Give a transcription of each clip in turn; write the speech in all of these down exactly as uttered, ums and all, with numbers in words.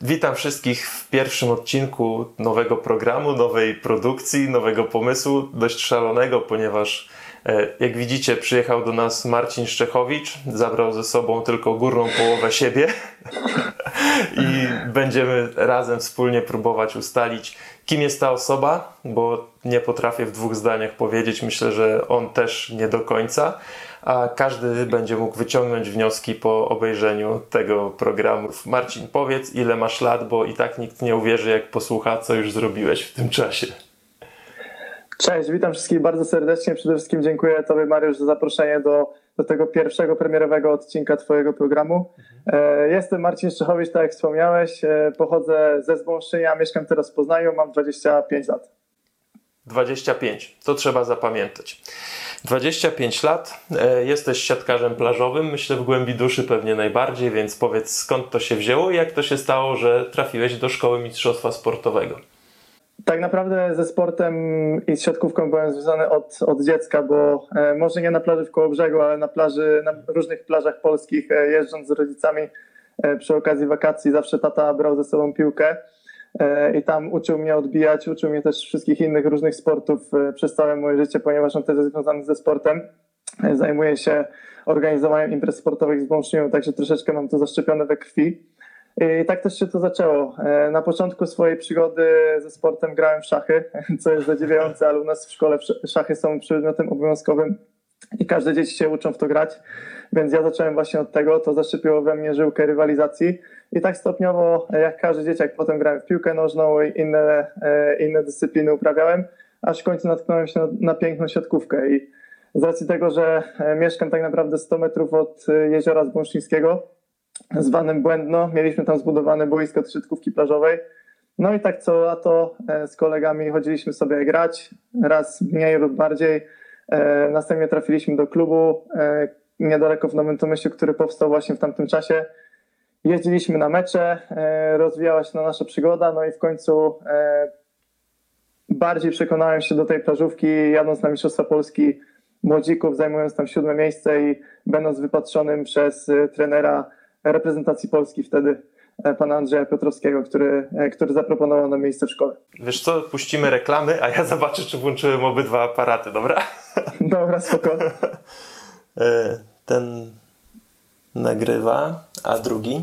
Witam wszystkich w pierwszym odcinku nowego programu, nowej produkcji, nowego pomysłu, dość szalonego, ponieważ jak widzicie przyjechał do nas Marcin Szczechowicz, zabrał ze sobą tylko górną połowę siebie i będziemy razem wspólnie próbować ustalić, kim jest ta osoba, bo nie potrafię w dwóch zdaniach powiedzieć, myślę, że on też nie do końca, a każdy będzie mógł wyciągnąć wnioski po obejrzeniu tego programu. Marcin, powiedz, ile masz lat, bo i tak nikt nie uwierzy, jak posłucha, co już zrobiłeś w tym czasie. Cześć, witam wszystkich bardzo serdecznie. Przede wszystkim dziękuję Tobie, Mariusz, za zaproszenie do, do tego pierwszego premierowego odcinka Twojego programu. Mhm. Jestem Marcin Szczechowicz, tak jak wspomniałeś. Pochodzę ze Zbąszynia, mieszkam teraz w Poznaniu, mam dwadzieścia pięć lat. dwadzieścia pięć, to trzeba zapamiętać. dwadzieścia pięć lat, jesteś siatkarzem plażowym, myślę w głębi duszy pewnie najbardziej, więc powiedz, skąd to się wzięło i jak to się stało, że trafiłeś do szkoły mistrzostwa sportowego? Tak naprawdę ze sportem i z siatkówką byłem związany od, od dziecka, bo e, może nie na plaży w Kołobrzegu, ale na plaży, na różnych plażach polskich, e, jeżdżąc z rodzicami e, przy okazji wakacji, zawsze tata brał ze sobą piłkę e, i tam uczył mnie odbijać, uczył mnie też wszystkich innych różnych sportów e, przez całe moje życie, ponieważ on też jest związany ze sportem. E, zajmuje się organizowaniem imprez sportowych z Bąszynią, także troszeczkę mam to zaszczepione we krwi. I tak też się to zaczęło. Na początku swojej przygody ze sportem grałem w szachy, co jest zadziwiające, ale u nas w szkole szachy są przedmiotem obowiązkowym i każde dzieci się uczą w to grać, więc ja zacząłem właśnie od tego, to zaszczepiło we mnie żyłkę rywalizacji i tak stopniowo, jak każdy dzieciak, potem grałem w piłkę nożną i inne, inne dyscypliny uprawiałem, aż w końcu natknąłem się na, na piękną siatkówkę i z racji tego, że mieszkam tak naprawdę sto metrów od jeziora Zbąszyńskiego, zwanym Błędno. Mieliśmy tam zbudowane boisko do siatkówki plażowej. No i tak co lato z kolegami chodziliśmy sobie grać, raz mniej lub bardziej. Następnie trafiliśmy do klubu niedaleko w Nowym Tomyślu, który powstał właśnie w tamtym czasie. Jeździliśmy na mecze, rozwijała się nasza przygoda, no i w końcu bardziej przekonałem się do tej plażówki, jadąc na Mistrzostwa Polski młodzików, zajmując tam siódme miejsce i będąc wypatrzonym przez trenera reprezentacji Polski wtedy, pana Andrzeja Piotrowskiego, który, który zaproponował nam miejsce w szkole. Wiesz co, puścimy reklamy, a ja zobaczę, czy włączyłem obydwa aparaty, dobra? Dobra, spoko. Ten nagrywa, a drugi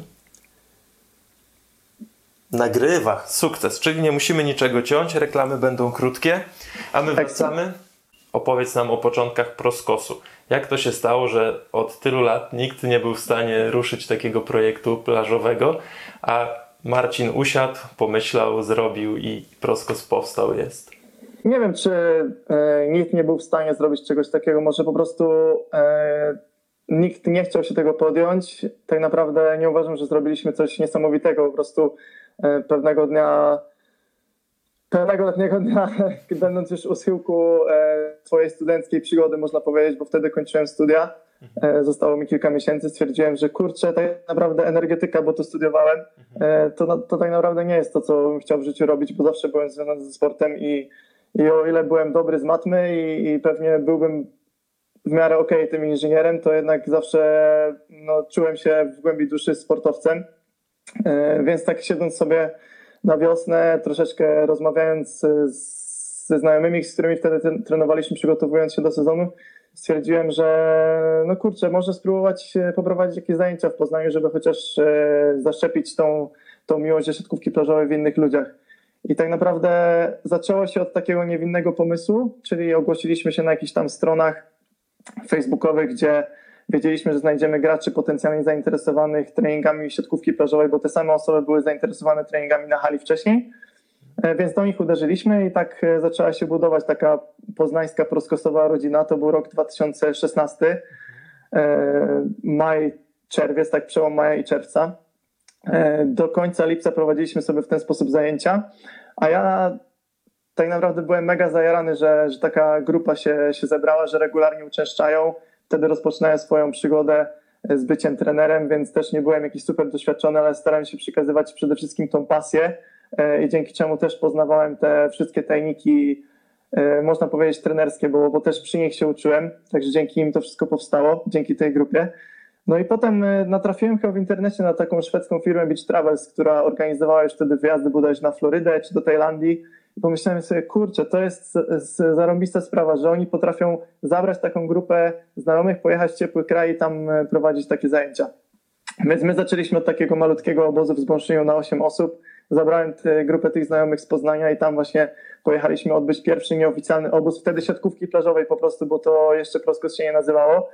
nagrywa. Sukces, czyli nie musimy niczego ciąć, reklamy będą krótkie, a my wracamy. Opowiedz nam o początkach Proskosu. Jak to się stało, że od tylu lat nikt nie był w stanie ruszyć takiego projektu plażowego, a Marcin usiadł, pomyślał, zrobił i Proskos powstał, jest? Nie wiem, czy e, nikt nie był w stanie zrobić czegoś takiego. Może po prostu e, nikt nie chciał się tego podjąć. Tak naprawdę nie uważam, że zrobiliśmy coś niesamowitego. Po prostu e, pewnego dnia Pewnego letniego dnia, będąc już u schyłku e, swojej studenckiej przygody, można powiedzieć, bo wtedy kończyłem studia, e, zostało mi kilka miesięcy, stwierdziłem, że kurczę, tak naprawdę energetyka, bo to studiowałem, e, to, to tak naprawdę nie jest to, co bym chciał w życiu robić, bo zawsze byłem związany ze sportem i, i o ile byłem dobry z matmy i, i pewnie byłbym w miarę okej okay tym inżynierem, to jednak zawsze no, czułem się w głębi duszy sportowcem, e, więc tak siedząc sobie na wiosnę, troszeczkę rozmawiając z, ze znajomymi, z którymi wtedy trenowaliśmy, przygotowując się do sezonu, stwierdziłem, że no kurczę, może spróbować poprowadzić jakieś zajęcia w Poznaniu, żeby chociaż e, zaszczepić tą, tą miłość do siatkówki plażowej w innych ludziach. I tak naprawdę zaczęło się od takiego niewinnego pomysłu, czyli ogłosiliśmy się na jakichś tam stronach facebookowych, gdzie wiedzieliśmy, że znajdziemy graczy potencjalnie zainteresowanych treningami siatkówki plażowej, bo te same osoby były zainteresowane treningami na hali wcześniej, więc do nich uderzyliśmy i tak zaczęła się budować taka poznańska proskosowa rodzina. To był rok dwa tysiące szesnasty, maj, czerwiec, tak przełom maja i czerwca. Do końca lipca prowadziliśmy sobie w ten sposób zajęcia, a ja tak naprawdę byłem mega zajarany, że, że taka grupa się, się zebrała, że regularnie uczęszczają. Wtedy rozpoczynałem swoją przygodę z byciem trenerem, więc też nie byłem jakiś super doświadczony, ale starałem się przekazywać przede wszystkim tą pasję i dzięki czemu też poznawałem te wszystkie tajniki, można powiedzieć trenerskie, bo, bo też przy nich się uczyłem, także dzięki im to wszystko powstało, dzięki tej grupie. No i potem e, natrafiłem chyba w internecie na taką szwedzką firmę Beach Travels, która organizowała już wtedy wyjazdy bodajże na Florydę czy do Tajlandii. I pomyślałem sobie, kurczę, to jest z- z- zarąbista sprawa, że oni potrafią zabrać taką grupę znajomych, pojechać w ciepły kraj i tam e, prowadzić takie zajęcia. Więc my zaczęliśmy od takiego malutkiego obozu w Zbąszyniu na osiem osób. Zabrałem tę grupę tych znajomych z Poznania i tam właśnie pojechaliśmy odbyć pierwszy nieoficjalny obóz, wtedy siatkówki plażowej po prostu, bo to jeszcze Proskos się nie nazywało.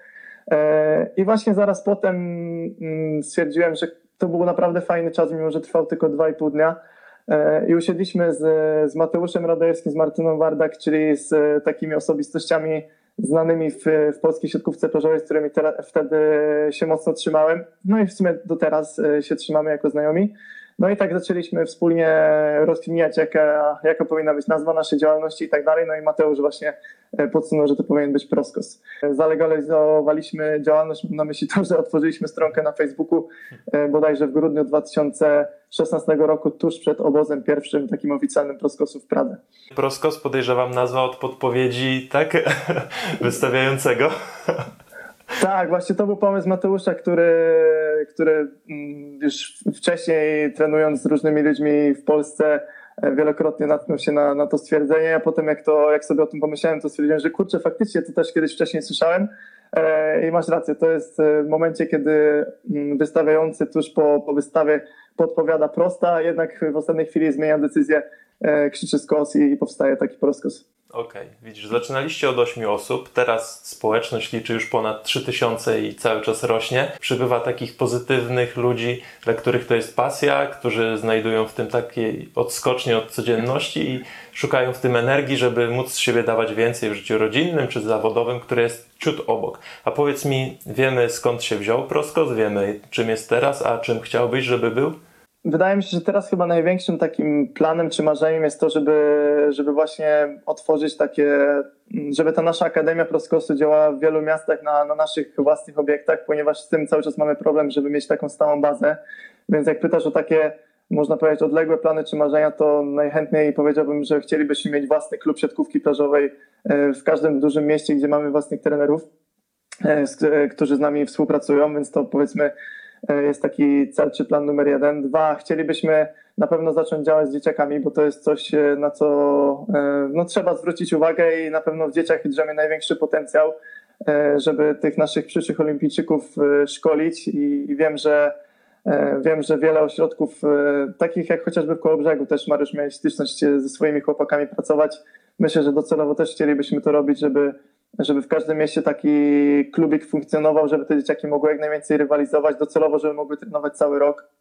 E, I właśnie zaraz potem mm, stwierdziłem, że to był naprawdę fajny czas, mimo że trwał tylko dwa i pół dnia. E, I usiedliśmy z, z Mateuszem Radojewskim, z Martyną Wardak, czyli z e, takimi osobistościami znanymi w, w polskiej siatkówce plażowej, z którymi te, wtedy się mocno trzymałem. No i w sumie do teraz e, się trzymamy jako znajomi. No i tak zaczęliśmy wspólnie rozkminiać, jaka, jaka powinna być nazwa naszej działalności i tak dalej. No i Mateusz właśnie podsunął, że to powinien być Proskos. Zalegalizowaliśmy działalność, mam na myśli to, że otworzyliśmy stronkę na Facebooku bodajże w grudniu dwa tysiące szesnastego roku, tuż przed obozem pierwszym takim oficjalnym Proskosu w Pradze. Proskos, podejrzewam, nazwa od podpowiedzi, tak? Wystawiającego. Tak, właśnie to był pomysł Mateusza, który, który już wcześniej trenując z różnymi ludźmi w Polsce wielokrotnie natknął się na, na to stwierdzenie, a potem jak, to, jak sobie o tym pomyślałem, to stwierdziłem, że kurczę, faktycznie to też kiedyś wcześniej słyszałem e, i masz rację, to jest w momencie, kiedy wystawiający tuż po, po wystawie podpowiada prosta, jednak w ostatniej chwili zmienia decyzję, e, krzyczy skos i, i powstaje taki Proskos. Okej, okay. Widzisz, zaczynaliście od ośmiu osób, teraz społeczność liczy już ponad trzy tysiące i cały czas rośnie. Przybywa takich pozytywnych ludzi, dla których to jest pasja, którzy znajdują w tym takie odskocznie od codzienności i szukają w tym energii, żeby móc z siebie dawać więcej w życiu rodzinnym czy zawodowym, które jest ciut obok. A powiedz mi, wiemy skąd się wziął Proskos, wiemy czym jest teraz, a czym chciałbyś, żeby był? Wydaje mi się, że teraz chyba największym takim planem czy marzeniem jest to, żeby, żeby właśnie otworzyć takie, żeby ta nasza Akademia Proskosu działała w wielu miastach na, na naszych własnych obiektach, ponieważ z tym cały czas mamy problem, żeby mieć taką stałą bazę. Więc jak pytasz o takie, można powiedzieć, odległe plany czy marzenia, to najchętniej powiedziałbym, że chcielibyśmy mieć własny klub siatkówki plażowej w każdym dużym mieście, gdzie mamy własnych trenerów, którzy z nami współpracują, więc to powiedzmy jest taki cel czy plan numer jeden. Dwa, chcielibyśmy na pewno zacząć działać z dzieciakami, bo to jest coś, na co no, trzeba zwrócić uwagę i na pewno w dzieciach drzemie największy potencjał, żeby tych naszych przyszłych olimpijczyków szkolić i, i wiem, że wiem, że wiele ośrodków takich jak chociażby w Kołobrzegu też, Mariusz, miałeś styczność ze swoimi chłopakami pracować. Myślę, że docelowo też chcielibyśmy to robić, żeby żeby w każdym mieście taki klubik funkcjonował, żeby te dzieciaki mogły jak najwięcej rywalizować, docelowo, żeby mogły trenować cały rok.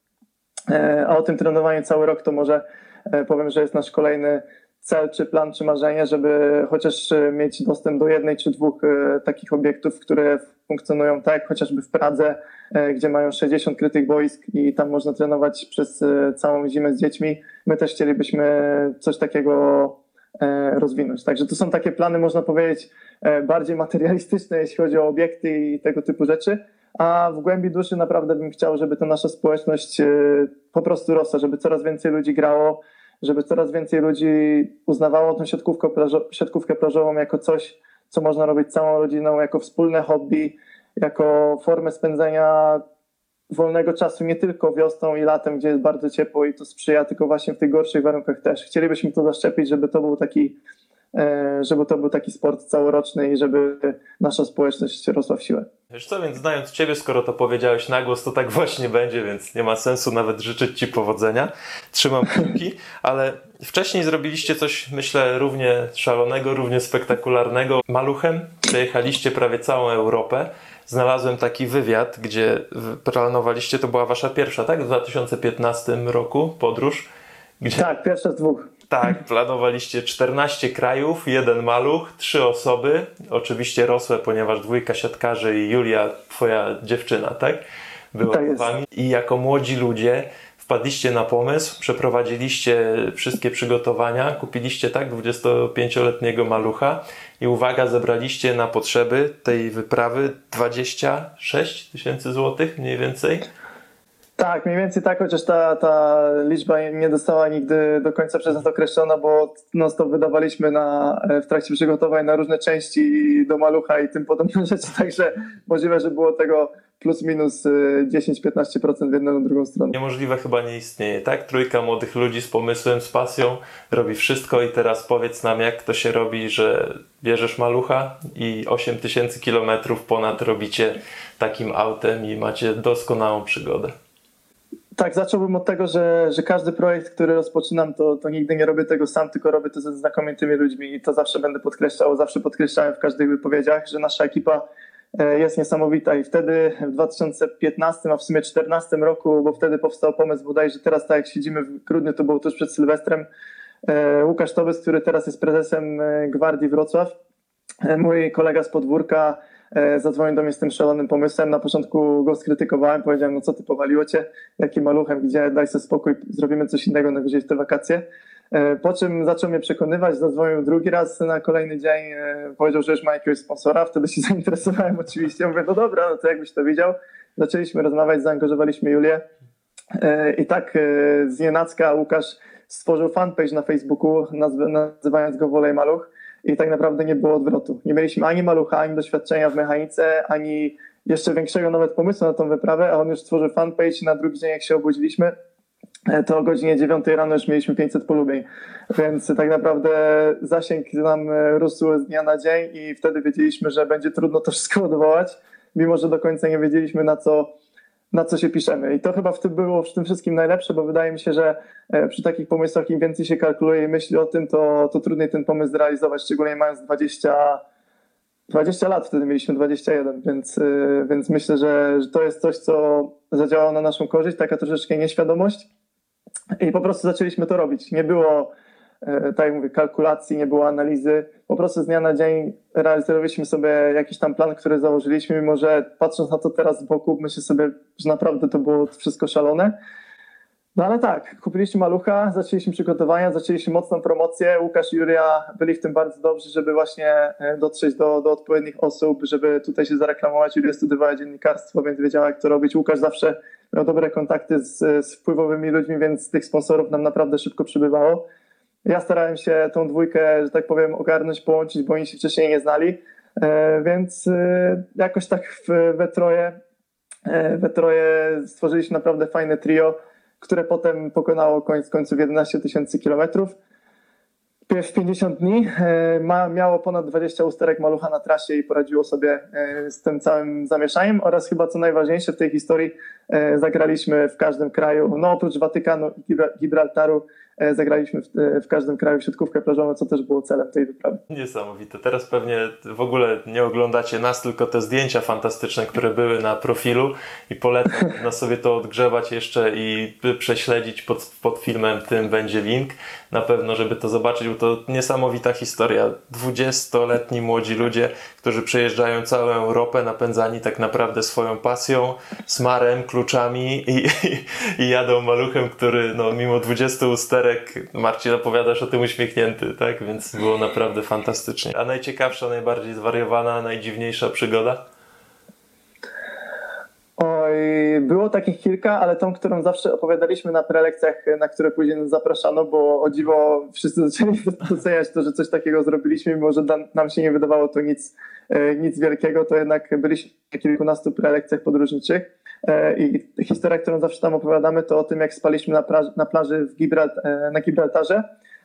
A o tym trenowaniu cały rok to może powiem, że jest nasz kolejny cel, czy plan, czy marzenie, żeby chociaż mieć dostęp do jednej czy dwóch takich obiektów, które funkcjonują tak, jak chociażby w Pradze, gdzie mają sześćdziesiąt krytych boisk i tam można trenować przez całą zimę z dziećmi. My też chcielibyśmy coś takiego rozwinąć. Także to są takie plany, można powiedzieć, bardziej materialistyczne, jeśli chodzi o obiekty i tego typu rzeczy, a w głębi duszy naprawdę bym chciał, żeby ta nasza społeczność po prostu rosła, żeby coraz więcej ludzi grało, żeby coraz więcej ludzi uznawało tą siatkówkę, plażo- siatkówkę plażową jako coś, co można robić całą rodziną, jako wspólne hobby, jako formę spędzenia wolnego czasu nie tylko wiosną i latem, gdzie jest bardzo ciepło i to sprzyja, tylko właśnie w tych gorszych warunkach też. Chcielibyśmy to zaszczepić, żeby to był taki, żeby to był taki sport całoroczny i żeby nasza społeczność rosła w siłę. Wiesz co, więc znając Ciebie, skoro to powiedziałeś na głos, to tak właśnie będzie, więc nie ma sensu nawet życzyć Ci powodzenia. Trzymam kciuki, ale wcześniej zrobiliście coś, myślę, równie szalonego, równie spektakularnego. Maluchem przejechaliście prawie całą Europę. Znalazłem taki wywiad, gdzie planowaliście, to była Wasza pierwsza, tak? W dwa tysiące piętnastym roku podróż. Gdzie... Tak, pierwsza z dwóch. Tak, planowaliście czternaście krajów, jeden maluch, trzy osoby, oczywiście rosłe, ponieważ dwójka siatkarzy i Julia, twoja dziewczyna, tak? Była tak z wami i jako młodzi ludzie wpadliście na pomysł, przeprowadziliście wszystkie przygotowania, kupiliście tak dwudziestopięcioletniego malucha i uwaga, zebraliście na potrzeby tej wyprawy dwadzieścia sześć tysięcy złotych mniej więcej. Tak, mniej więcej tak, chociaż ta, ta liczba nie została nigdy do końca przez nas określona, bo non stop wydawaliśmy na, w trakcie przygotowań na różne części do malucha i tym podobne rzeczy, także możliwe, że było tego plus minus dziesięć do piętnastu procent w jedną, drugą stronę. Niemożliwe chyba nie istnieje, tak? Trójka młodych ludzi z pomysłem, z pasją, robi wszystko i teraz powiedz nam, jak to się robi, że bierzesz malucha i osiem tysięcy kilometrów ponad robicie takim autem i macie doskonałą przygodę. Tak, zacząłbym od tego, że, że każdy projekt, który rozpoczynam, to, to nigdy nie robię tego sam, tylko robię to ze znakomitymi ludźmi i to zawsze będę podkreślał, zawsze podkreślałem w każdych wypowiedziach, że nasza ekipa jest niesamowita i wtedy w dwa tysiące piętnastym, a w sumie dwa tysiące czternastym roku, bo wtedy powstał pomysł bodajże teraz tak jak siedzimy w grudniu, to było tuż przed Sylwestrem, Łukasz Tobys, który teraz jest prezesem Gwardii Wrocław, mój kolega z podwórka, zadzwonił do mnie z tym szalonym pomysłem. Na początku go skrytykowałem, powiedziałem, no co ty, powaliło cię, jakim maluchem, gdzie, daj sobie spokój, zrobimy coś innego najwyżej w te wakacje. Po czym zaczął mnie przekonywać, zadzwonił drugi raz na kolejny dzień, powiedział, że już ma jakiegoś sponsora, wtedy się zainteresowałem oczywiście, mówię, no dobra, no to jakbyś to widział. Zaczęliśmy rozmawiać, zaangażowaliśmy Julię i tak z nienacka Łukasz stworzył fanpage na Facebooku, nazywając go Wolej Maluch. I tak naprawdę nie było odwrotu. Nie mieliśmy ani malucha, ani doświadczenia w mechanice, ani jeszcze większego nawet pomysłu na tą wyprawę, a on już stworzył fanpage. Na drugi dzień jak się obudziliśmy, to o godzinie dziewiątej rano już mieliśmy pięćset polubień. Więc tak naprawdę zasięg nam rósł z dnia na dzień i wtedy wiedzieliśmy, że będzie trudno to wszystko odwołać, mimo że do końca nie wiedzieliśmy na co na co się piszemy. I to chyba w tym było w tym wszystkim najlepsze, bo wydaje mi się, że przy takich pomysłach im więcej się kalkuluje i myśli o tym, to, to trudniej ten pomysł zrealizować, szczególnie mając dwadzieścia, dwadzieścia lat, wtedy mieliśmy dwadzieścia jeden, więc, więc myślę, że, że to jest coś, co zadziałało na naszą korzyść, taka troszeczkę nieświadomość i po prostu zaczęliśmy to robić. Nie było, tak jak mówię, kalkulacji, nie było analizy, po prostu z dnia na dzień realizowaliśmy sobie jakiś tam plan, który założyliśmy, mimo że patrząc na to teraz z boku, myślę sobie, że naprawdę to było wszystko szalone. No ale tak, kupiliśmy malucha, zaczęliśmy przygotowania, zaczęliśmy mocną promocję. Łukasz i Julia byli w tym bardzo dobrzy, żeby właśnie dotrzeć do, do odpowiednich osób, żeby tutaj się zareklamować. Julia studiowała dziennikarstwo, więc wiedziała, jak to robić. Łukasz zawsze miał dobre kontakty z, z wpływowymi ludźmi, więc tych sponsorów nam naprawdę szybko przybywało. Ja starałem się tą dwójkę, że tak powiem, ogarnąć, połączyć, bo oni się wcześniej nie znali, więc jakoś tak we troje, we troje stworzyliśmy naprawdę fajne trio, które potem pokonało koniec końców jedenaście tysięcy kilometrów. W pięćdziesiąt dni ma, miało ponad dwadzieścia usterek malucha na trasie i poradziło sobie z tym całym zamieszaniem oraz chyba co najważniejsze w tej historii zagraliśmy w każdym kraju, no oprócz Watykanu i Gibraltaru, zagraliśmy w, w każdym kraju siatkówkę plażową, co też było celem tej wyprawy. Niesamowite. Teraz pewnie w ogóle nie oglądacie nas, tylko te zdjęcia fantastyczne, które były na profilu i polecam na sobie to odgrzebać jeszcze i prześledzić pod, pod filmem, tym będzie link. Na pewno, żeby to zobaczyć, bo to niesamowita historia. dwudziestoletni młodzi ludzie, którzy przejeżdżają całą Europę napędzani tak naprawdę swoją pasją, smarem, kluczami i, i, i jadą maluchem, który no, mimo dwudziestu usterek, Marcin, opowiadasz o tym uśmiechnięty, tak? Więc było naprawdę fantastycznie. A najciekawsza, najbardziej zwariowana, najdziwniejsza przygoda? Oj, było takich kilka, ale tą, którą zawsze opowiadaliśmy na prelekcjach, na które później nas zapraszano, bo o dziwo wszyscy zaczęli doceniać to, że coś takiego zrobiliśmy, mimo że nam się nie wydawało to nic, nic wielkiego, to jednak byliśmy na kilkunastu prelekcjach podróżniczych i historia, którą zawsze tam opowiadamy, to o tym, jak spaliśmy na plaży, na plaży w Gibralt, na Gibraltarze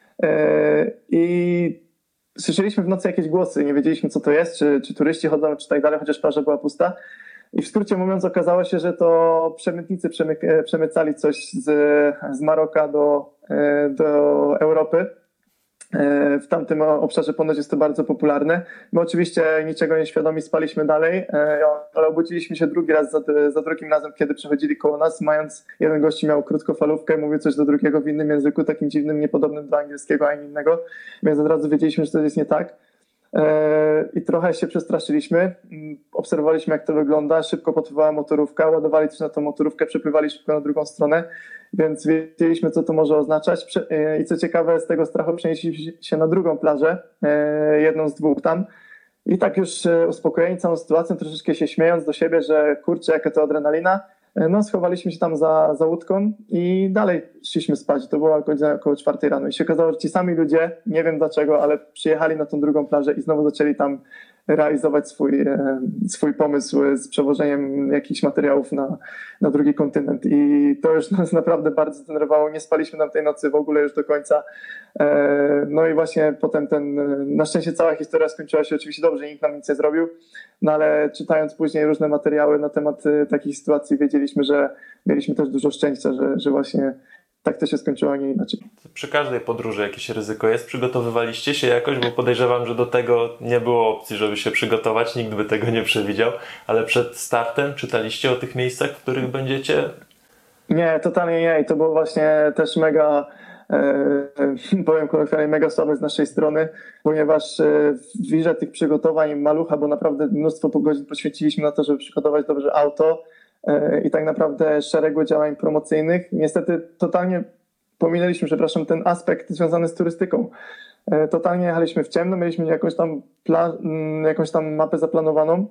i słyszeliśmy w nocy jakieś głosy, nie wiedzieliśmy co to jest, czy, czy turyści chodzą, czy tak dalej, chociaż plaża była pusta. I w skrócie mówiąc okazało się, że to przemytnicy przemy, przemycali coś z, z Maroka do, do Europy. W tamtym obszarze ponoć jest to bardzo popularne. My oczywiście niczego nieświadomi spaliśmy dalej, ale obudziliśmy się drugi raz za, za drugim razem, kiedy przechodzili koło nas, mając, jeden gości miał krótkofalówkę, mówił coś do drugiego w innym języku, takim dziwnym, niepodobnym do angielskiego ani innego, więc od razu wiedzieliśmy, że to jest nie tak. I trochę się przestraszyliśmy, obserwowaliśmy jak to wygląda, szybko podpływała motorówka, ładowali też na tą motorówkę, przepływali szybko na drugą stronę, więc wiedzieliśmy co to może oznaczać i co ciekawe z tego strachu przenieśliśmy się na drugą plażę, jedną z dwóch tam i tak już uspokojeni całą sytuacją, troszeczkę się śmiejąc do siebie, że kurczę jaka to adrenalina, no schowaliśmy się tam za, za łódką i dalej szliśmy spać. To była godzina około czwartej rano i się okazało, że ci sami ludzie, nie wiem dlaczego, ale przyjechali na tą drugą plażę i znowu zaczęli tam realizować swój, e, swój pomysł z przewożeniem jakichś materiałów na, na drugi kontynent. I to już nas naprawdę bardzo denerwowało. Nie spaliśmy nam tej nocy w ogóle już do końca. E, no i właśnie potem ten, na szczęście cała historia skończyła się oczywiście dobrze, nikt nam nic nie zrobił, no ale czytając później różne materiały na temat e, takich sytuacji, wiedzieliśmy, że mieliśmy też dużo szczęścia, że, że właśnie tak to się skończyło, a nie inaczej. Przy każdej podróży jakieś ryzyko jest. Przygotowywaliście się jakoś, bo podejrzewam, że do tego nie było opcji, żeby się przygotować. Nikt by tego nie przewidział. Ale przed startem czytaliście o tych miejscach, w których będziecie? Nie, totalnie nie. I to było właśnie też mega, e, powiem kolokwialnie, mega słabe z naszej strony, ponieważ e, w wirze tych przygotowań malucha, bo naprawdę mnóstwo godzin poświęciliśmy na to, żeby przygotować dobrze auto, i tak naprawdę szeregu działań promocyjnych. Niestety totalnie pominęliśmy, przepraszam, ten aspekt związany z turystyką. Totalnie jechaliśmy w ciemno, mieliśmy jakąś tam, pla- jakąś tam mapę zaplanowaną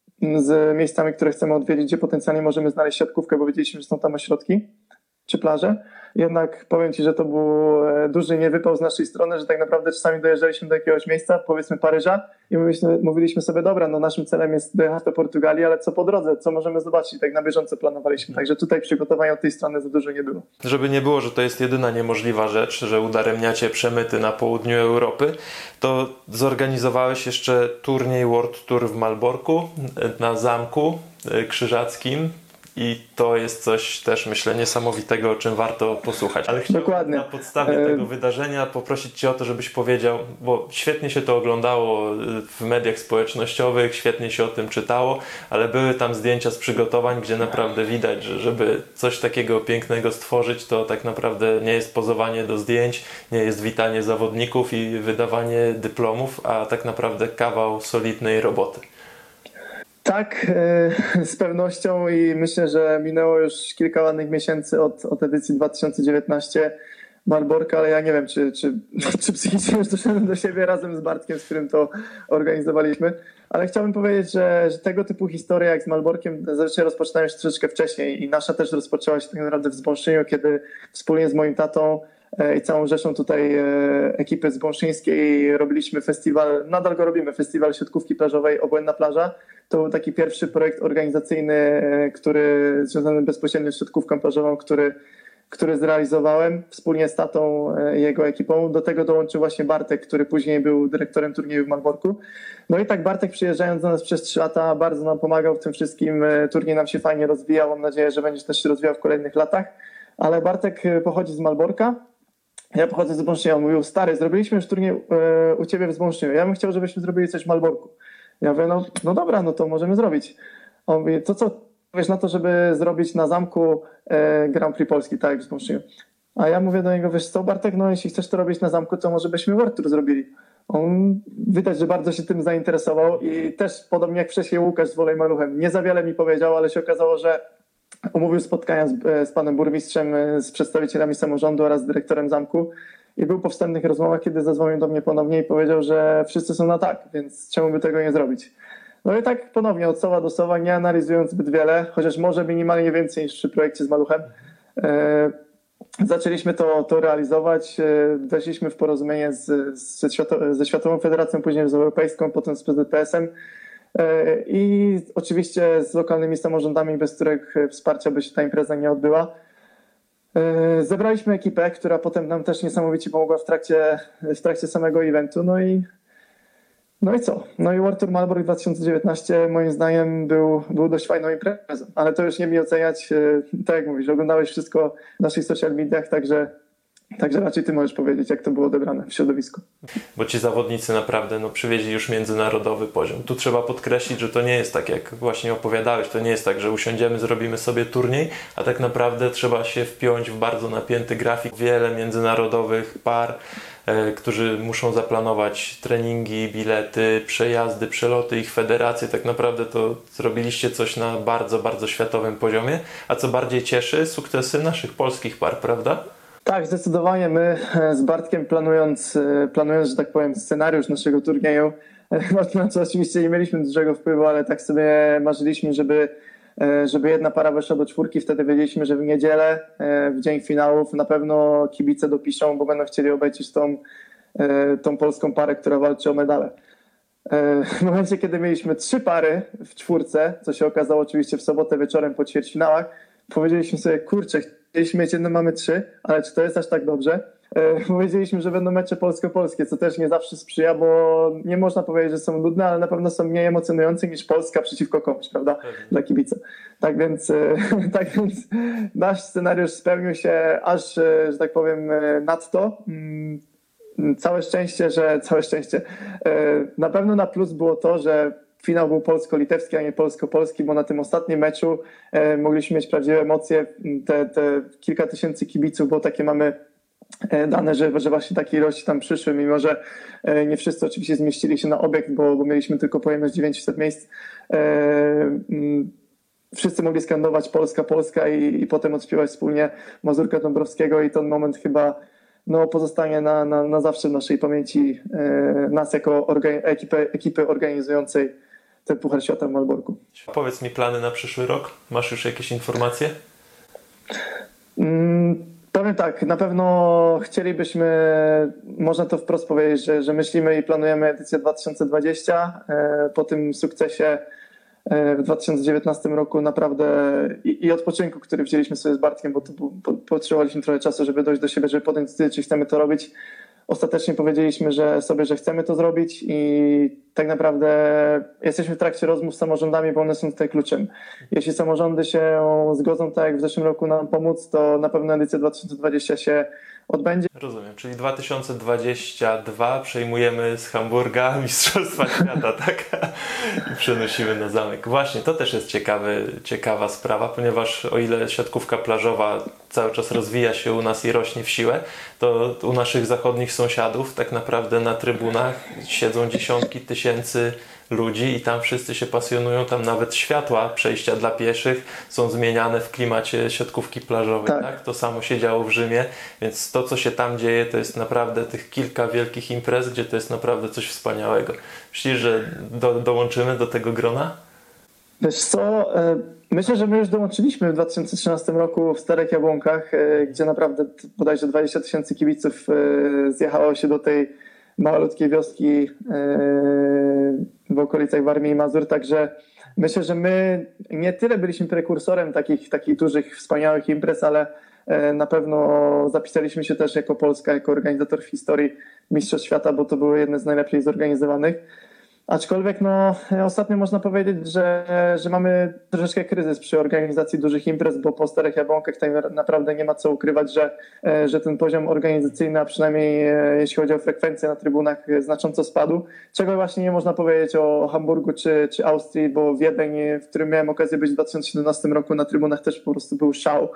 z miejscami, które chcemy odwiedzić, gdzie potencjalnie możemy znaleźć siatkówkę, bo wiedzieliśmy, że są tam ośrodki czy plaże. Jednak powiem Ci, że to był duży niewypał z naszej strony, że tak naprawdę czasami dojeżdżaliśmy do jakiegoś miejsca, powiedzmy Paryża, i mówiliśmy, mówiliśmy sobie, dobra, no naszym celem jest dojechać do Portugalii, ale co po drodze, co możemy zobaczyć? Tak na bieżąco planowaliśmy. Także tutaj przygotowania od tej strony za dużo nie było. Żeby nie było, że to jest jedyna niemożliwa rzecz, że udaremniacie przemyty na południu Europy, to zorganizowałeś jeszcze turniej World Tour w Malborku na Zamku Krzyżackim. I to jest coś też, myślę, niesamowitego, o czym warto posłuchać. Ale chciałbym Dokładnie. na podstawie tego wydarzenia poprosić Cię o to, żebyś powiedział, bo świetnie się to oglądało w mediach społecznościowych, świetnie się o tym czytało, ale były tam zdjęcia z przygotowań, gdzie naprawdę widać, że żeby coś takiego pięknego stworzyć, to tak naprawdę nie jest pozowanie do zdjęć, nie jest witanie zawodników i wydawanie dyplomów, a tak naprawdę kawał solidnej roboty. Tak, z pewnością, i myślę, że minęło już kilka ładnych miesięcy od, od edycji dwa tysiące dziewiętnastej Malborka, ale ja nie wiem, czy, czy, czy psychicznie już doszedłem do siebie razem z Bartkiem, z którym to organizowaliśmy, ale chciałbym powiedzieć, że, że tego typu historie jak z Malborkiem zazwyczaj rozpoczynają się troszeczkę wcześniej i nasza też rozpoczęła się tak naprawdę w Zbąszyniu, kiedy wspólnie z moim tatą i całą rzeszą tutaj ekipy zbąszyńskiej robiliśmy festiwal, nadal go robimy, festiwal siatkówki plażowej Obłędna Plaża. To był taki pierwszy projekt organizacyjny, który związany bezpośrednio z siatkówką plażową, który, który zrealizowałem wspólnie z tatą i jego ekipą. Do tego dołączył właśnie Bartek, który później był dyrektorem turnieju w Malborku. No i tak Bartek, przyjeżdżając do nas przez trzy lata, bardzo nam pomagał w tym wszystkim. Turniej nam się fajnie rozwijał. Mam nadzieję, że będzie też się rozwijał w kolejnych latach. Ale Bartek pochodzi z Malborka. Ja pochodzę z Zbąszynia. On mówił, stary, zrobiliśmy już turniej u ciebie w Zbąszyniu. Ja bym chciał, żebyśmy zrobili coś w Malborku. Ja mówię, no, no dobra, no to możemy zrobić. On mówi, to co powiesz na to, żeby zrobić na Zamku e, Grand Prix Polski, tak jak w Zbąszyniu. A ja mówię do niego, wiesz co, Bartek, no jeśli chcesz to robić na Zamku, to może byśmy World Tour zrobili. On widać, że bardzo się tym zainteresował i też podobnie jak wcześniej Łukasz z Wolej Maluchem, nie za wiele mi powiedział, ale się okazało, że umówił spotkania z, z panem burmistrzem, z przedstawicielami samorządu oraz z dyrektorem Zamku i był po wstępnych rozmowach, kiedy zadzwonił do mnie ponownie i powiedział, że wszyscy są na tak, więc czemu by tego nie zrobić. No i tak ponownie od sowa do sowa, nie analizując zbyt wiele, chociaż może minimalnie więcej niż przy projekcie z Maluchem, e, zaczęliśmy to, to realizować. E, weszliśmy w porozumienie z, z świato, ze Światową Federacją, później z Europejską, potem z P Z P S-em e, i oczywiście z lokalnymi samorządami, bez których wsparcia by się ta impreza nie odbyła. Zebraliśmy ekipę, która potem nam też niesamowicie pomogła w trakcie, w trakcie samego eventu. No i, no i co? No i World Tour Malbork dwa tysiące dziewiętnaście moim zdaniem był, był dość fajną imprezą. Ale to już nie mi oceniać. Tak jak mówisz, oglądałeś wszystko w naszych social mediach, także, także raczej ty możesz powiedzieć, jak to było odebrane w środowisku. Bo ci zawodnicy naprawdę no, przywieźli już międzynarodowy poziom. Tu trzeba podkreślić, że to nie jest tak, jak właśnie opowiadałeś, to nie jest tak, że usiądziemy, zrobimy sobie turniej, a tak naprawdę trzeba się wpiąć w bardzo napięty grafik. Wiele międzynarodowych par, e, którzy muszą zaplanować treningi, bilety, przejazdy, przeloty, ich federacje. Tak naprawdę to zrobiliście coś na bardzo, bardzo światowym poziomie. A co bardziej cieszy, sukcesy naszych polskich par, prawda? Tak, zdecydowanie. My z Bartkiem planując, planując, że tak powiem, scenariusz naszego turnieju, na co oczywiście nie mieliśmy dużego wpływu, ale tak sobie marzyliśmy, żeby, żeby jedna para weszła do czwórki. Wtedy wiedzieliśmy, że w niedzielę, w dzień finałów, na pewno kibice dopiszą, bo będą chcieli obejrzeć tą, tą polską parę, która walczy o medale. w momencie, kiedy mieliśmy trzy pary w czwórce, co się okazało oczywiście w sobotę wieczorem po ćwierćfinałach, powiedzieliśmy sobie, kurczę, chcieliśmy mieć jedno, mamy trzy, ale czy to jest aż tak dobrze? Powiedzieliśmy, że będą mecze polsko-polskie, co też nie zawsze sprzyja, bo nie można powiedzieć, że są nudne, ale na pewno są mniej emocjonujące niż Polska przeciwko komuś, prawda, dla kibica. Tak więc, tak więc nasz scenariusz spełnił się aż, że tak powiem, nadto. Całe szczęście, że całe szczęście. Na pewno na plus było to, że finał był polsko-litewski, a nie polsko-polski, bo na tym ostatnim meczu mogliśmy mieć prawdziwe emocje. Te, te kilka tysięcy kibiców, bo takie mamy dane, że, że właśnie takie ilości tam przyszły, mimo że nie wszyscy oczywiście zmieścili się na obiekt, bo, bo mieliśmy tylko pojemność dziewięćset miejsc. Wszyscy mogli skandować Polska, Polska i, i potem odśpiewać wspólnie Mazurka Dąbrowskiego i ten moment chyba no, pozostanie na, na, na zawsze w naszej pamięci nas jako organ- ekipy, ekipy organizującej ten Puchar Świata w Malborku. Powiedz mi plany na przyszły rok. Masz już jakieś informacje? Mm, powiem tak, na pewno chcielibyśmy, można to wprost powiedzieć, że, że myślimy i planujemy edycję dwa tysiące dwudziestą. Po tym sukcesie w dwa tysiące dziewiętnastym roku naprawdę i, i odpoczynku, który wzięliśmy sobie z Bartkiem, bo to, po, potrzebowaliśmy trochę czasu, żeby dojść do siebie, żeby podjąć decyzję, czy chcemy to robić. Ostatecznie powiedzieliśmy, że sobie, że chcemy to zrobić i tak naprawdę jesteśmy w trakcie rozmów z samorządami, bo one są tutaj kluczem. Jeśli samorządy się zgodzą, tak jak w zeszłym roku nam pomóc, to na pewno edycja dwa tysiące dwudziesta się odbędzie. Rozumiem, czyli dwa tysiące dwudziesty drugi przejmujemy z Hamburga Mistrzostwa Świata, tak? I przenosimy na zamek. Właśnie, to też jest ciekawy, ciekawa sprawa, ponieważ o ile siatkówka plażowa cały czas rozwija się u nas i rośnie w siłę, to u naszych zachodnich sąsiadów tak naprawdę na trybunach siedzą dziesiątki tysięcy ludzi i tam wszyscy się pasjonują, tam nawet światła, przejścia dla pieszych są zmieniane w klimacie siatkówki plażowej, tak. tak? To samo się działo w Rzymie, więc to, co się tam dzieje, to jest naprawdę tych kilka wielkich imprez, gdzie to jest naprawdę coś wspaniałego. Myślisz, że do, dołączymy do tego grona? Wiesz co, myślę, że my już dołączyliśmy w dwa tysiące trzynastym roku w Starych Jabłonkach, gdzie naprawdę bodajże dwadzieścia tysięcy kibiców zjechało się do tej malutkiej wioski w okolicach Warmii i Mazur, także myślę, że my nie tyle byliśmy prekursorem takich, takich dużych, wspaniałych imprez, ale na pewno zapisaliśmy się też jako Polska, jako organizator w historii Mistrzostw Świata, bo to były jedne z najlepiej zorganizowanych. Aczkolwiek no, ostatnio można powiedzieć, że, że mamy troszeczkę kryzys przy organizacji dużych imprez, bo po Starych Jabłonkach tak naprawdę nie ma co ukrywać, że, że ten poziom organizacyjny, a przynajmniej jeśli chodzi o frekwencję na trybunach, znacząco spadł. Czego właśnie nie można powiedzieć o Hamburgu czy, czy Austrii, bo Wiedeń, w którym miałem okazję być w dwa tysiące siedemnastym roku na trybunach, też po prostu był szał.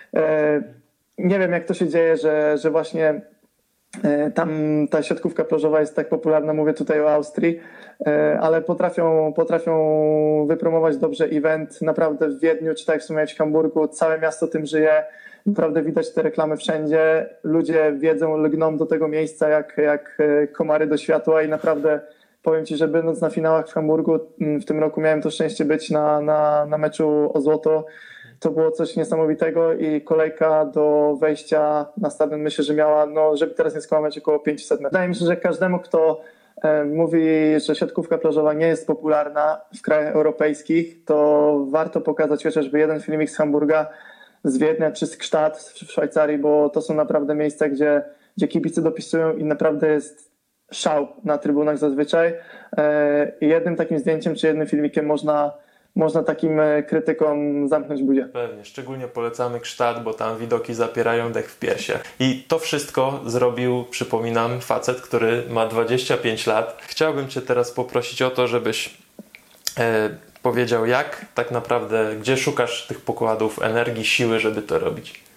Nie wiem, jak to się dzieje, że, że właśnie tam ta siatkówka plażowa jest tak popularna, mówię tutaj o Austrii, ale potrafią, potrafią wypromować dobrze event. Naprawdę w Wiedniu, czy tak jak wspomniałeś w Hamburgu, całe miasto tym żyje. Naprawdę widać te reklamy wszędzie. Ludzie wiedzą, lgną do tego miejsca jak, jak komary do światła i naprawdę powiem Ci, że będąc na finałach w Hamburgu, w tym roku miałem to szczęście być na, na, na meczu o złoto. To było coś niesamowitego i kolejka do wejścia na stadion myślę, że miała, no żeby teraz nie skłamać, około pięćset metrów. Wydaje mi się, że każdemu, kto e, mówi, że siatkówka plażowa nie jest popularna w krajach europejskich, to warto pokazać chociażby jeden filmik z Hamburga, z Wiednia czy z Gstaad w Szwajcarii, bo to są naprawdę miejsca, gdzie, gdzie kibice dopisują i naprawdę jest szał na trybunach zazwyczaj. E, i jednym takim zdjęciem czy jednym filmikiem można Można takim krytykom zamknąć buzię. Pewnie, szczególnie polecamy Gstaad, bo tam widoki zapierają dech w piersiach. I to wszystko zrobił, przypominam, facet, który ma dwadzieścia pięć lat. Chciałbym Cię teraz poprosić o to, żebyś e, powiedział, jak tak naprawdę, gdzie szukasz tych pokładów energii, siły, żeby to robić.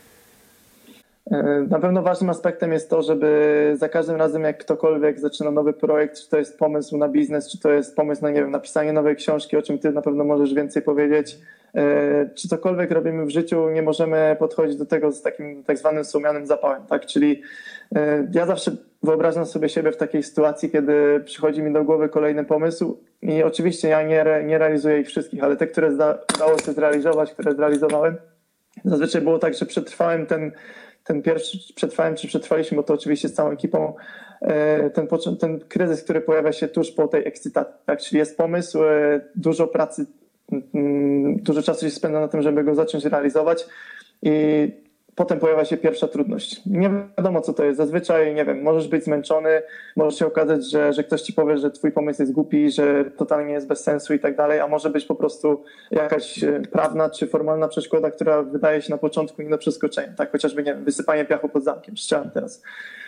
Na pewno ważnym aspektem jest to, żeby za każdym razem jak ktokolwiek zaczyna nowy projekt, czy to jest pomysł na biznes, czy to jest pomysł na, nie wiem, napisanie nowej książki, o czym Ty na pewno możesz więcej powiedzieć, czy cokolwiek robimy w życiu, nie możemy podchodzić do tego z takim tak zwanym słomianym zapałem, tak? Czyli ja zawsze wyobrażam sobie siebie w takiej sytuacji, kiedy przychodzi mi do głowy kolejny pomysł i oczywiście ja nie, re, nie realizuję ich wszystkich, ale te, które zda, udało się zrealizować, które zrealizowałem, Zazwyczaj było tak, że przetrwałem ten, ten pierwszy, przetrwałem czy przetrwaliśmy, bo to oczywiście z całą ekipą, ten, ten kryzys, który pojawia się tuż po tej ekscytacji, tak? Czyli jest pomysł, dużo pracy, dużo czasu się spędza na tym, żeby go zacząć realizować i potem pojawia się pierwsza trudność. Nie wiadomo, co to jest. Zazwyczaj, nie wiem, możesz być zmęczony, może się okazać, że, że ktoś ci powie, że twój pomysł jest głupi, że totalnie jest bez sensu i tak dalej, a może być po prostu jakaś prawna czy formalna przeszkoda, która wydaje się na początku nie do przeskoczenia. Tak, chociażby, nie wiem, wysypanie piachu pod zamkiem, strzelam teraz.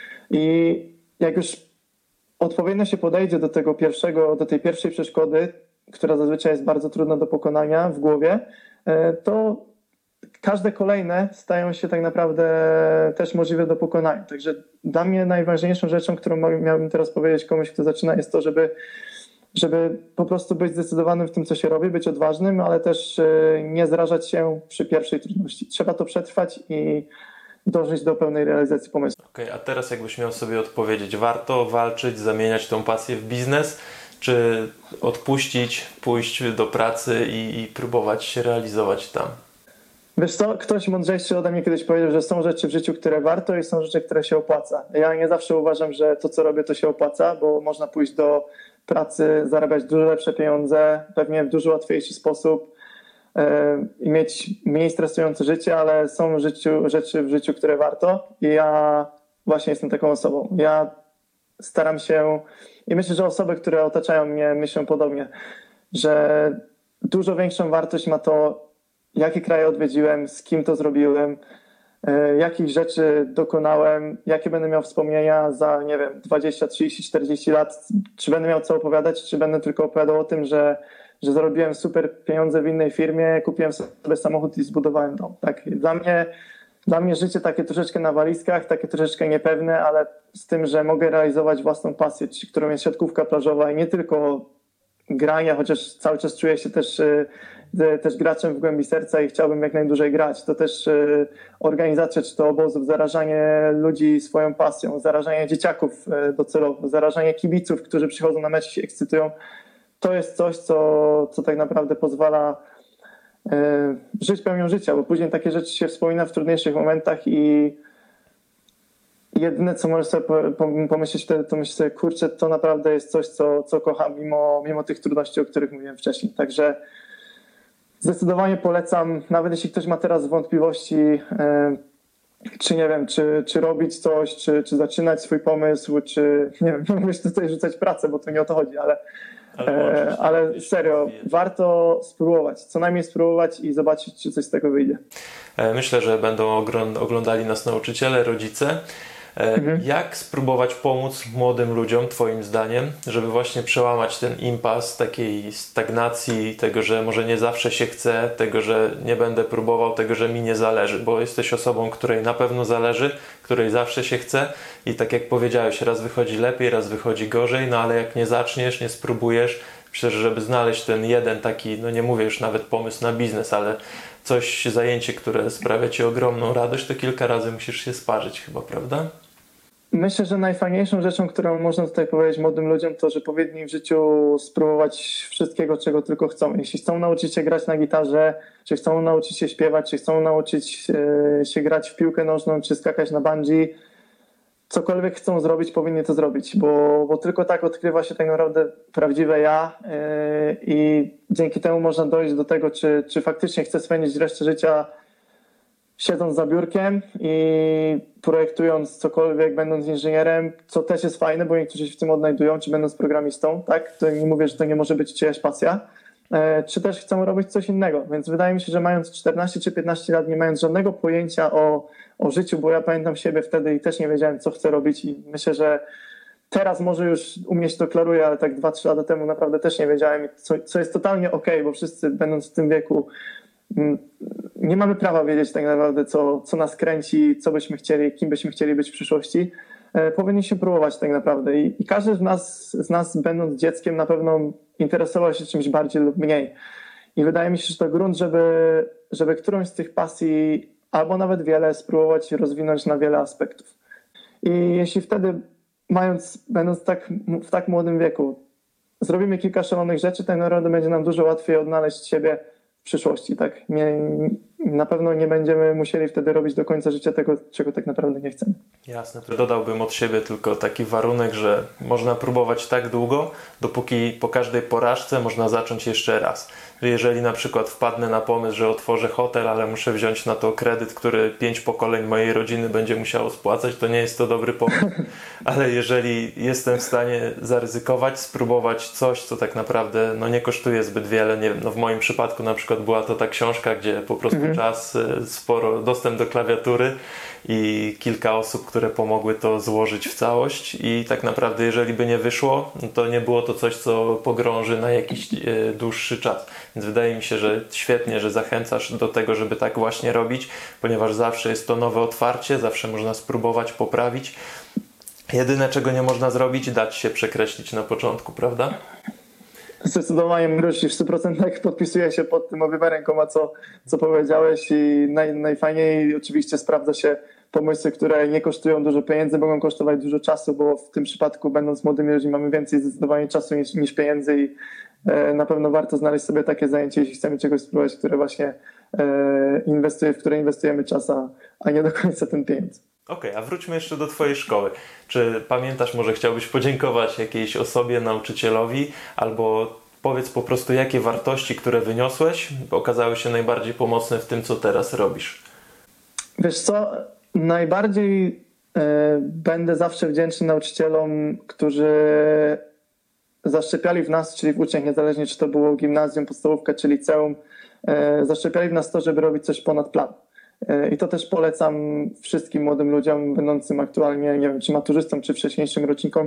I jak już odpowiednio się podejdzie do tego pierwszego, do tej pierwszej przeszkody, która zazwyczaj jest bardzo trudna do pokonania w głowie, to każde kolejne stają się tak naprawdę też możliwe do pokonania. Także dla mnie najważniejszą rzeczą, którą miałbym teraz powiedzieć komuś, kto zaczyna, jest to, żeby, żeby po prostu być zdecydowanym w tym, co się robi, być odważnym, ale też nie zrażać się przy pierwszej trudności. Trzeba to przetrwać i dążyć do pełnej realizacji pomysłu. Okej, okay, a teraz jakbyś miał sobie odpowiedzieć, warto walczyć, zamieniać tą pasję w biznes, czy odpuścić, pójść do pracy i, i próbować się realizować tam? Wiesz co, ktoś mądrzejszy ode mnie kiedyś powiedział, że są rzeczy w życiu, które warto i są rzeczy, które się opłaca. Ja nie zawsze uważam, że to, co robię, to się opłaca, bo można pójść do pracy, zarabiać dużo lepsze pieniądze, pewnie w dużo łatwiejszy sposób yy, i mieć mniej stresujące życie, ale są w życiu, rzeczy w życiu, które warto i ja właśnie jestem taką osobą. Ja staram się i myślę, że osoby, które otaczają mnie, myślą podobnie, że dużo większą wartość ma to, jakie kraje odwiedziłem, z kim to zrobiłem, jakich rzeczy dokonałem, jakie będę miał wspomnienia za, nie wiem, dwadzieścia, trzydzieści, czterdzieści lat, czy będę miał co opowiadać, czy będę tylko opowiadał o tym, że, że zarobiłem super pieniądze w innej firmie, kupiłem sobie samochód i zbudowałem dom. Tak? Dla mnie, dla mnie życie takie troszeczkę na walizkach, takie troszeczkę niepewne, ale z tym, że mogę realizować własną pasję, którą jest siatkówka plażowa i nie tylko grania, chociaż cały czas czuję się też też graczem w głębi serca i chciałbym jak najdłużej grać. To też organizacja czy to obozów, zarażanie ludzi swoją pasją, zarażanie dzieciaków docelowo, zarażanie kibiców, którzy przychodzą na mecz i się ekscytują. To jest coś, co, co tak naprawdę pozwala żyć pełnią życia, bo później takie rzeczy się wspomina w trudniejszych momentach i jedyne, co możesz sobie pomyśleć wtedy, to myślę sobie, kurczę, to naprawdę jest coś, co, co kocham mimo, mimo tych trudności, o których mówiłem wcześniej. Także zdecydowanie polecam, nawet jeśli ktoś ma teraz wątpliwości, czy nie wiem, czy, czy robić coś, czy, czy zaczynać swój pomysł, czy nie wiem, nie mówię tutaj rzucać pracę, bo to nie o to chodzi, ale, ale, ale serio, warto spróbować, co najmniej spróbować i zobaczyć, czy coś z tego wyjdzie. Myślę, że będą oglądali nas nauczyciele, rodzice. Mhm. Jak spróbować pomóc młodym ludziom, twoim zdaniem, żeby właśnie przełamać ten impas takiej stagnacji, tego, że może nie zawsze się chce, tego, że nie będę próbował, tego, że mi nie zależy, bo jesteś osobą, której na pewno zależy, której zawsze się chce i tak jak powiedziałeś, raz wychodzi lepiej, raz wychodzi gorzej, no ale jak nie zaczniesz, nie spróbujesz, przecież żeby znaleźć ten jeden taki, no nie mówię już nawet pomysł na biznes, ale coś, zajęcie, które sprawia ci ogromną radość, to kilka razy musisz się sparzyć chyba, prawda? Myślę, że najfajniejszą rzeczą, którą można tutaj powiedzieć młodym ludziom, to, że powinni w życiu spróbować wszystkiego, czego tylko chcą. Jeśli chcą nauczyć się grać na gitarze, czy chcą nauczyć się śpiewać, czy chcą nauczyć się grać w piłkę nożną, czy skakać na bungee, cokolwiek chcą zrobić, powinni to zrobić, bo, bo tylko tak odkrywa się tak naprawdę prawdziwe ja yy, i dzięki temu można dojść do tego, czy, czy faktycznie chcę spędzić resztę życia siedząc za biurkiem i projektując cokolwiek, będąc inżynierem, co też jest fajne, bo niektórzy się w tym odnajdują, czy będąc programistą, tak? To nie mówię, że to nie może być czyjaś pasja, yy, czy też chcą robić coś innego, więc wydaje mi się, że mając czternaście czy piętnaście lat, nie mając żadnego pojęcia o o życiu, bo ja pamiętam siebie wtedy i też nie wiedziałem, co chcę robić i myślę, że teraz może już u mnie się to klaruje, ale tak dwa trzy lata temu naprawdę też nie wiedziałem, co, co jest totalnie okej, okay, bo wszyscy będąc w tym wieku nie mamy prawa wiedzieć tak naprawdę, co, co nas kręci, co byśmy chcieli, kim byśmy chcieli być w przyszłości. E, powinniśmy próbować tak naprawdę I, i każdy z nas, z nas będąc dzieckiem na pewno interesował się czymś bardziej lub mniej. I wydaje mi się, że to grunt, żeby, żeby którąś z tych pasji albo nawet wiele spróbować rozwinąć na wiele aspektów. I jeśli wtedy, mając, będąc tak, w tak młodym wieku, zrobimy kilka szalonych rzeczy, tak naprawdę będzie nam dużo łatwiej odnaleźć siebie w przyszłości. Tak? Nie, na pewno nie będziemy musieli wtedy robić do końca życia tego, czego tak naprawdę nie chcemy. Jasne. Dodałbym od siebie tylko taki warunek, że można próbować tak długo, dopóki po każdej porażce można zacząć jeszcze raz. Jeżeli na przykład wpadnę na pomysł, że otworzę hotel, ale muszę wziąć na to kredyt, który pięć pokoleń mojej rodziny będzie musiało spłacać, to nie jest to dobry pomysł. Ale jeżeli jestem w stanie zaryzykować, spróbować coś, co tak naprawdę no, nie kosztuje zbyt wiele, nie wiem, no w moim przypadku na przykład była to ta książka, gdzie po prostu mhm. czas, sporo, dostęp do klawiatury i kilka osób, które pomogły to złożyć w całość i tak naprawdę jeżeli by nie wyszło, no to nie było to coś, co pogrąży na jakiś e, dłuższy czas. Więc wydaje mi się, że świetnie, że zachęcasz do tego, żeby tak właśnie robić, ponieważ zawsze jest to nowe otwarcie, zawsze można spróbować, poprawić. Jedyne, czego nie można zrobić, dać się przekreślić na początku, prawda? Zdecydowanie, Mruś, w stu procentach podpisuję się pod tym obiema rękoma, co, co powiedziałeś i naj, najfajniej oczywiście sprawdza się pomysły, które nie kosztują dużo pieniędzy, mogą kosztować dużo czasu, bo w tym przypadku będąc młodymi ludźmi mamy więcej zdecydowanie czasu niż, niż pieniędzy i e, na pewno warto znaleźć sobie takie zajęcie, jeśli chcemy czegoś spróbować, które właśnie e, inwestuje, w które inwestujemy czas, a, a nie do końca ten pieniądz. Okej, okay, a wróćmy jeszcze do twojej szkoły. Czy pamiętasz, może chciałbyś podziękować jakiejś osobie, nauczycielowi, albo powiedz po prostu, jakie wartości, które wyniosłeś, okazały się najbardziej pomocne w tym, co teraz robisz? Wiesz co, najbardziej y, będę zawsze wdzięczny nauczycielom, którzy zaszczepiali w nas, czyli w uczniach, niezależnie czy to było gimnazjum, podstawówka czy liceum, y, zaszczepiali w nas to, żeby robić coś ponad plan. I to też polecam wszystkim młodym ludziom będącym aktualnie, nie wiem, czy maturzystom, czy wcześniejszym rocznikom,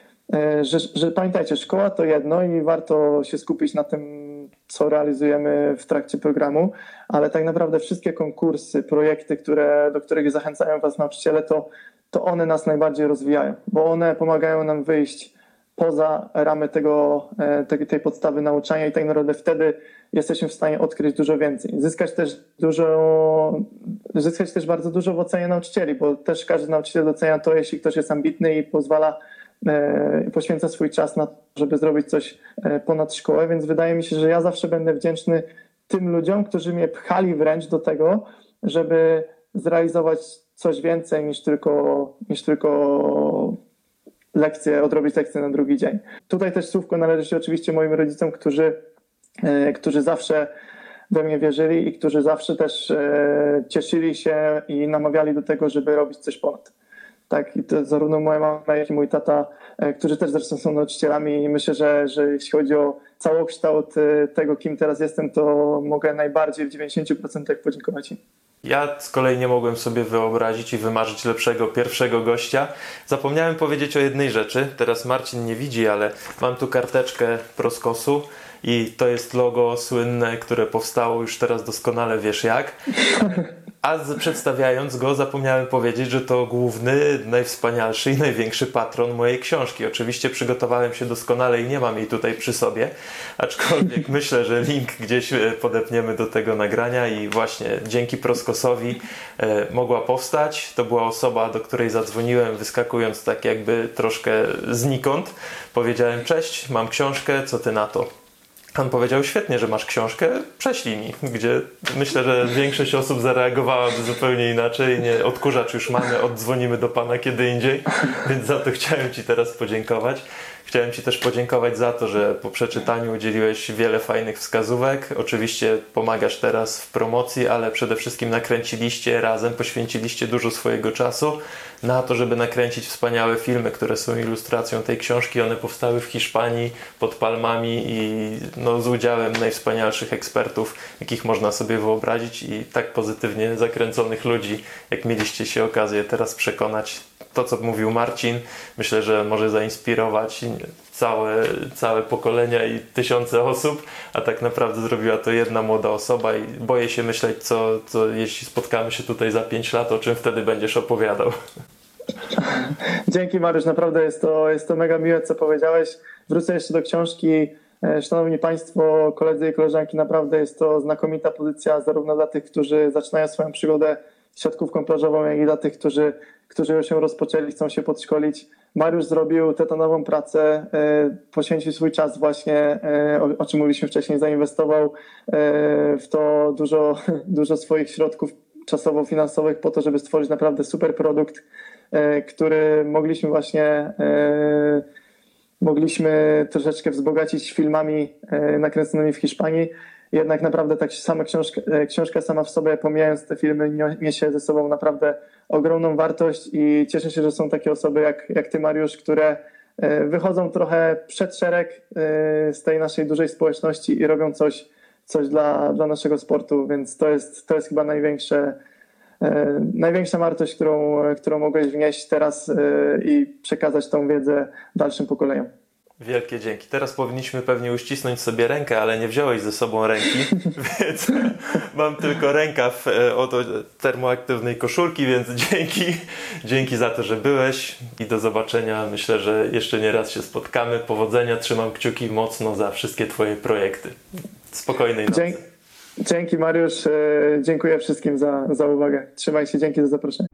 że, że pamiętajcie, szkoła to jedno i warto się skupić na tym, co realizujemy w trakcie programu, ale tak naprawdę wszystkie konkursy, projekty, które, do których zachęcają was nauczyciele, to, to one nas najbardziej rozwijają, bo one pomagają nam wyjść poza ramy tego, tej, tej podstawy nauczania i tak naprawdę wtedy jesteśmy w stanie odkryć dużo więcej. Zyskać też dużo, zyskać też bardzo dużo w ocenie nauczycieli, bo też każdy nauczyciel docenia to, jeśli ktoś jest ambitny i pozwala, e, poświęca swój czas na to, żeby zrobić coś ponad szkołę, więc wydaje mi się, że ja zawsze będę wdzięczny tym ludziom, którzy mnie pchali wręcz do tego, żeby zrealizować coś więcej niż tylko, niż tylko lekcje, odrobić lekcje na drugi dzień. Tutaj też słówko należy się oczywiście moim rodzicom, którzy, e, którzy zawsze we mnie wierzyli i którzy zawsze też e, cieszyli się i namawiali do tego, żeby robić coś ponad. Tak, i to zarówno moja mama, jak i mój tata, e, którzy też zresztą są nauczycielami i myślę, że, że jeśli chodzi o całokształt e, tego, kim teraz jestem, to mogę najbardziej w dziewięćdziesięciu procentach podziękować im. Ja z kolei nie mogłem sobie wyobrazić i wymarzyć lepszego pierwszego gościa. Zapomniałem powiedzieć o jednej rzeczy. Teraz Marcin nie widzi, ale mam tu karteczkę Proskosu i to jest logo słynne, które powstało już teraz doskonale wiesz jak. A z, przedstawiając go zapomniałem powiedzieć, że to główny, najwspanialszy i największy patron mojej książki. Oczywiście przygotowałem się doskonale i nie mam jej tutaj przy sobie, aczkolwiek myślę, że link gdzieś podepniemy do tego nagrania i właśnie dzięki Proskosowi e, mogła powstać. To była osoba, do której zadzwoniłem wyskakując tak jakby troszkę znikąd. Powiedziałem: cześć, mam książkę, co ty na to? On powiedział: świetnie, że masz książkę, prześlij mi, gdzie myślę, że większość osób zareagowałaby zupełnie inaczej. Nie, odkurzacz już mamy, oddzwonimy do pana kiedy indziej, więc za to chciałem ci teraz podziękować. Chciałem ci też podziękować za to, że po przeczytaniu udzieliłeś wiele fajnych wskazówek. Oczywiście pomagasz teraz w promocji, ale przede wszystkim nakręciliście razem, poświęciliście dużo swojego czasu na to, żeby nakręcić wspaniałe filmy, które są ilustracją tej książki. One powstały w Hiszpanii pod palmami i no, z udziałem najwspanialszych ekspertów, jakich można sobie wyobrazić, i tak pozytywnie zakręconych ludzi, jak mieliście się okazję teraz przekonać. To, co mówił Marcin, myślę, że może zainspirować całe, całe pokolenia i tysiące osób, a tak naprawdę zrobiła to jedna młoda osoba i boję się myśleć, co, co jeśli spotkamy się tutaj za pięć lat, o czym wtedy będziesz opowiadał. Dzięki, Mariusz, naprawdę jest to, jest to mega miłe, co powiedziałeś. Wrócę jeszcze do książki. Szanowni Państwo, koledzy i koleżanki, naprawdę jest to znakomita pozycja zarówno dla tych, którzy zaczynają swoją przygodę z siatkówką plażową, jak i dla tych, którzy, którzy już ją rozpoczęli, chcą się podszkolić. Mariusz zrobił tytanową pracę, poświęcił swój czas właśnie, o, o czym mówiliśmy wcześniej, zainwestował w to dużo, dużo swoich środków czasowo-finansowych po to, żeby stworzyć naprawdę super produkt, który mogliśmy właśnie mogliśmy troszeczkę wzbogacić filmami nakręconymi w Hiszpanii. Jednak naprawdę tak sama książka, książka sama w sobie, pomijając te filmy, niesie ze sobą naprawdę ogromną wartość i cieszę się, że są takie osoby jak, jak ty, Mariusz, które wychodzą trochę przed szereg z tej naszej dużej społeczności i robią coś, coś dla, dla naszego sportu, więc to jest, to jest chyba największe, największa wartość, którą, którą mogłeś wnieść teraz i przekazać tą wiedzę dalszym pokoleniom. Wielkie dzięki. Teraz powinniśmy pewnie uścisnąć sobie rękę, ale nie wziąłeś ze sobą ręki, więc mam tylko rękaw oto termoaktywnej koszulki, więc dzięki. Dzięki za to, że byłeś i do zobaczenia. Myślę, że jeszcze nie raz się spotkamy. Powodzenia, trzymam kciuki mocno za wszystkie twoje projekty. Spokojnej nocy. Dzięki, dzięki Mariusz. Dziękuję wszystkim za, za uwagę. Trzymaj się, dzięki za zaproszenie.